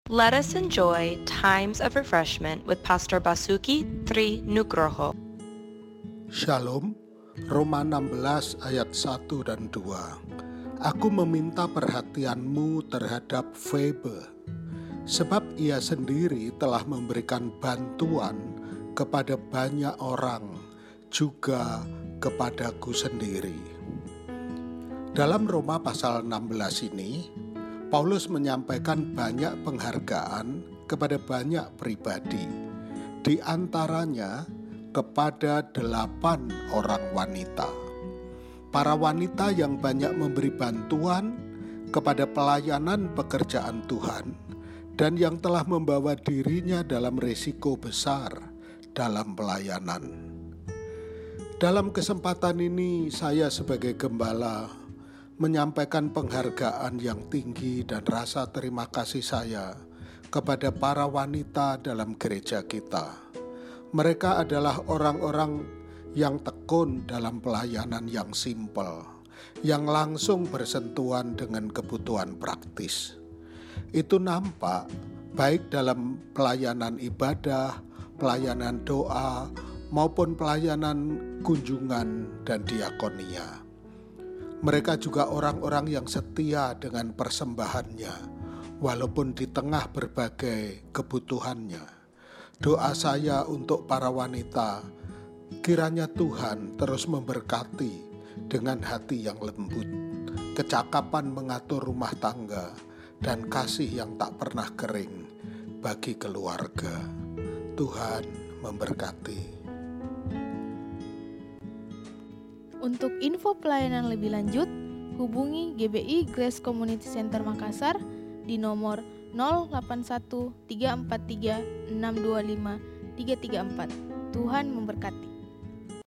Let us enjoy times of refreshment with Pastor Basuki Tri Nugroho. Shalom, Roma 16 ayat 1 dan 2. Aku meminta perhatianmu terhadap Febe, sebab ia sendiri telah memberikan bantuan kepada banyak orang, juga kepadaku sendiri. Dalam Roma pasal 16 ini, Paulus menyampaikan banyak penghargaan kepada banyak pribadi, di antaranya kepada 8 orang wanita. Para wanita yang banyak memberi bantuan kepada pelayanan pekerjaan Tuhan dan yang telah membawa dirinya dalam risiko besar dalam pelayanan. Dalam kesempatan ini saya sebagai gembala menyampaikan penghargaan yang tinggi dan rasa terima kasih saya kepada para wanita dalam gereja kita. Mereka adalah orang-orang yang tekun dalam pelayanan yang simpel, yang langsung bersentuhan dengan kebutuhan praktis. Itu nampak baik dalam pelayanan ibadah, pelayanan doa, maupun pelayanan kunjungan dan diakonia. Mereka juga orang-orang yang setia dengan persembahannya, walaupun di tengah berbagai kebutuhannya. Doa saya untuk para wanita, kiranya Tuhan terus memberkati dengan hati yang lembut, kecakapan mengatur rumah tangga, dan kasih yang tak pernah kering bagi keluarga. Tuhan memberkati. Untuk info pelayanan lebih lanjut, hubungi GBI Grace Community Center Makassar di nomor 081 343 625 334. Tuhan memberkati.